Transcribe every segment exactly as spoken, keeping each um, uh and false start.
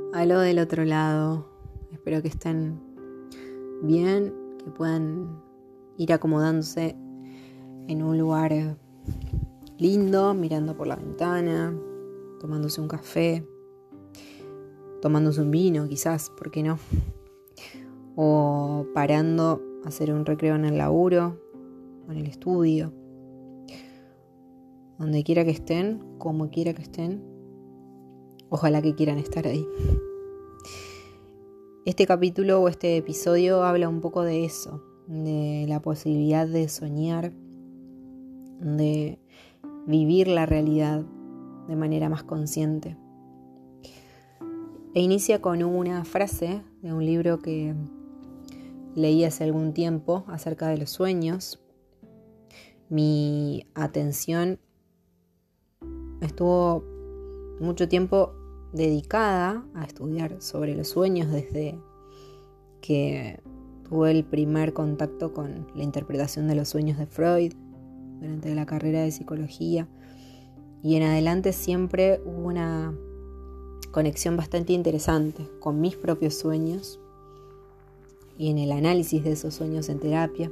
Aló del otro lado. Espero que estén bien, que puedan ir acomodándose en un lugar lindo, mirando por la ventana, tomándose un café, tomándose un vino quizás, ¿por qué no? O parando a hacer un recreo en el laburo o en el estudio. Donde quiera que estén, como quiera que estén, ojalá que quieran estar ahí. Este capítulo o este episodio habla un poco de eso, de la posibilidad de soñar, de vivir la realidad de manera más consciente. E inicia con una frase de un libro que leí hace algún tiempo acerca de los sueños. Mi atención estuvo mucho tiempo dedicada a estudiar sobre los sueños desde que tuve el primer contacto con la interpretación de los sueños de Freud durante la carrera de psicología, y en adelante siempre hubo una conexión bastante interesante con mis propios sueños y en el análisis de esos sueños en terapia.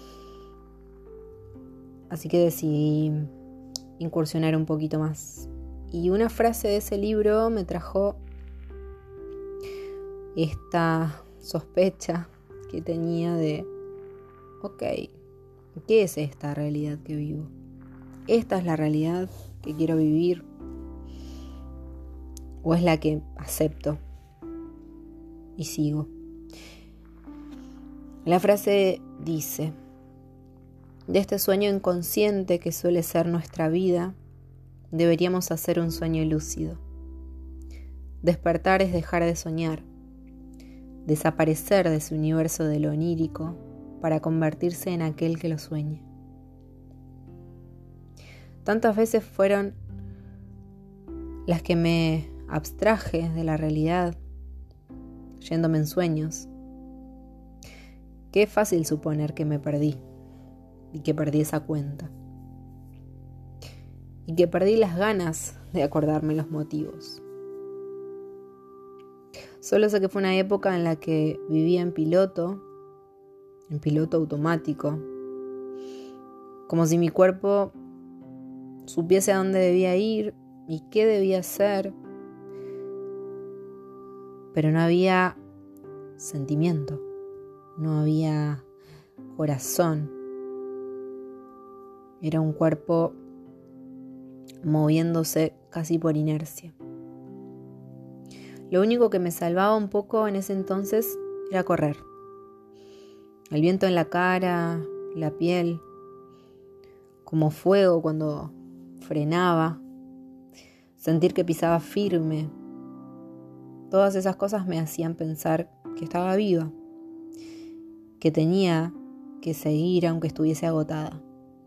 Así que decidí incursionar un poquito más. Y una frase de ese libro me trajo esta sospecha que tenía de, ok, ¿qué es esta realidad que vivo? ¿Esta es la realidad que quiero vivir? ¿O es la que acepto y sigo? La frase dice: de este sueño inconsciente que suele ser nuestra vida, deberíamos hacer un sueño lúcido. Despertar es dejar de soñar, desaparecer de ese universo de lo onírico para convertirse en aquel que lo sueña. Tantas veces fueron las que me abstraje de la realidad, yéndome en sueños. Qué fácil suponer que me perdí y que perdí esa cuenta. Y que perdí las ganas de acordarme los motivos. Solo sé que fue una época en la que vivía en piloto, en piloto automático, como si mi cuerpo supiese a dónde debía ir y qué debía hacer, pero no había sentimiento, no había corazón. Era un cuerpo moviéndose casi por inercia. Lo único que me salvaba un poco en ese entonces era correr. El viento en la cara, la piel, como fuego cuando frenaba, sentir que pisaba firme. Todas esas cosas me hacían pensar que estaba viva, que tenía que seguir aunque estuviese agotada.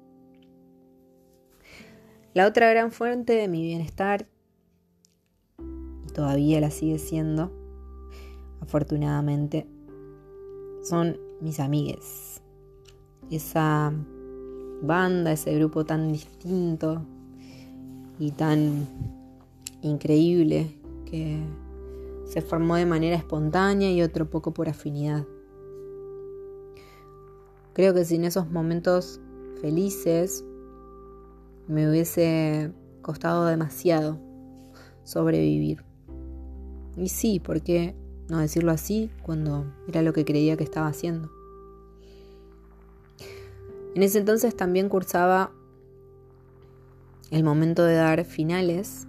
La otra gran fuente de mi bienestar, y todavía la sigue siendo, afortunadamente, son mis amigues. Esa banda, ese grupo tan distinto y tan increíble que se formó de manera espontánea y otro poco por afinidad. Creo que sin esos momentos felices me hubiese costado demasiado sobrevivir. Y sí, ¿por qué no decirlo así cuando era lo que creía que estaba haciendo? En ese entonces también cursaba el momento de dar finales.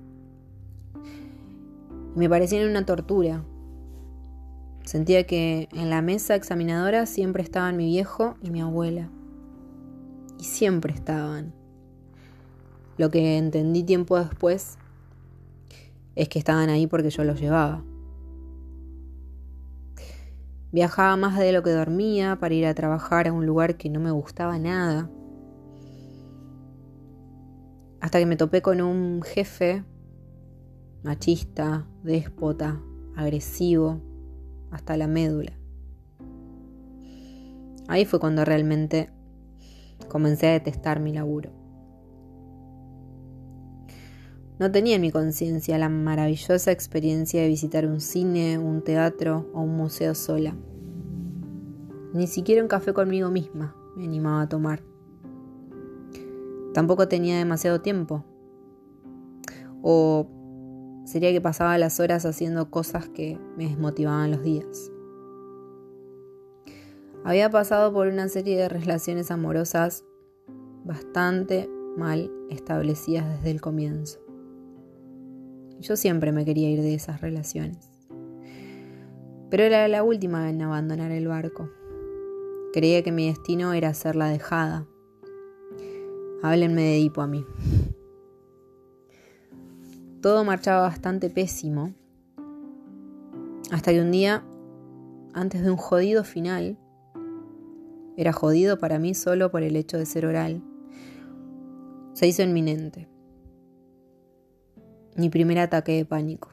Me parecían una tortura. Sentía que en la mesa examinadora siempre estaban mi viejo y mi abuela. Y siempre estaban. Lo que entendí tiempo después es que estaban ahí porque yo los llevaba. Viajaba más de lo que dormía para ir a trabajar a un lugar que no me gustaba nada. Hasta que me topé con un jefe machista, déspota, agresivo, hasta la médula. Ahí fue cuando realmente comencé a detestar mi laburo. No tenía en mi conciencia la maravillosa experiencia de visitar un cine, un teatro o un museo sola. Ni siquiera un café conmigo misma me animaba a tomar. Tampoco tenía demasiado tiempo. O sería que pasaba las horas haciendo cosas que me desmotivaban los días. Había pasado por una serie de relaciones amorosas bastante mal establecidas desde el comienzo. Yo siempre me quería ir de esas relaciones. Pero era la última en abandonar el barco. Creía que mi destino era ser la dejada. Háblenme de Edipo a mí. Todo marchaba bastante pésimo, hasta que un día, antes de un jodido final, era jodido para mí solo por el hecho de ser oral, se hizo inminente. Mi primer ataque de pánico.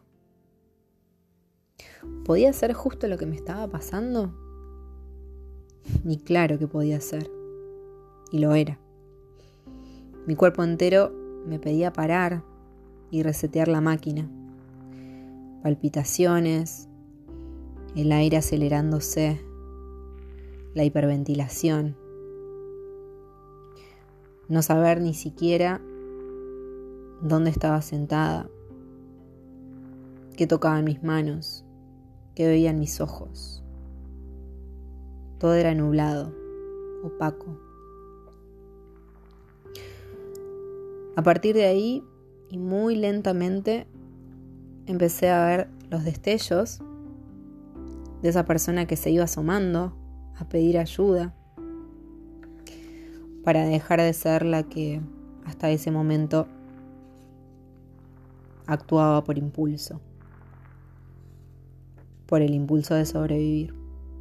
¿Podía ser justo lo que me estaba pasando? Ni claro que podía ser. Y lo era. Mi cuerpo entero me pedía parar y resetear la máquina. Palpitaciones, el aire acelerándose, la hiperventilación. No saber ni siquiera dónde estaba sentada, qué tocaban mis manos, qué veían mis ojos. Todo era nublado, opaco. A partir de ahí, y muy lentamente, empecé a ver los destellos de esa persona que se iba asomando a pedir ayuda para dejar de ser la que hasta ese momento actuaba por impulso, por el impulso de sobrevivir.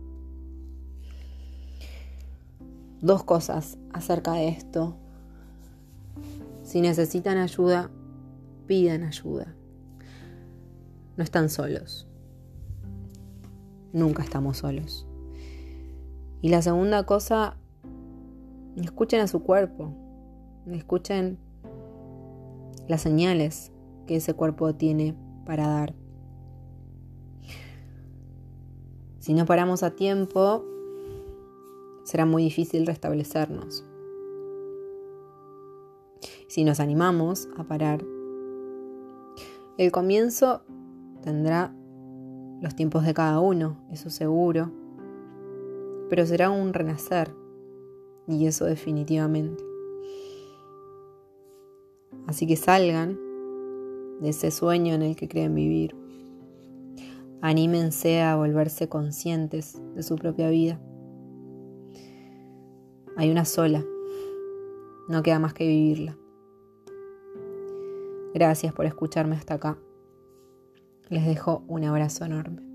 Dos cosas acerca de esto. Si necesitan ayuda, pidan ayuda. No están solos. Nunca estamos solos. Y la segunda cosa, escuchen a su cuerpo. Escuchen las señales que ese cuerpo tiene para dar. Si no paramos a tiempo, será muy difícil restablecernos. Si nos animamos a parar, el comienzo tendrá los tiempos de cada uno, eso seguro, pero será un renacer, y eso definitivamente. Así que salgan de ese sueño en el que creen vivir. Anímense a volverse conscientes de su propia vida. Hay una sola, no queda más que vivirla. Gracias por escucharme hasta acá. Les dejo un abrazo enorme.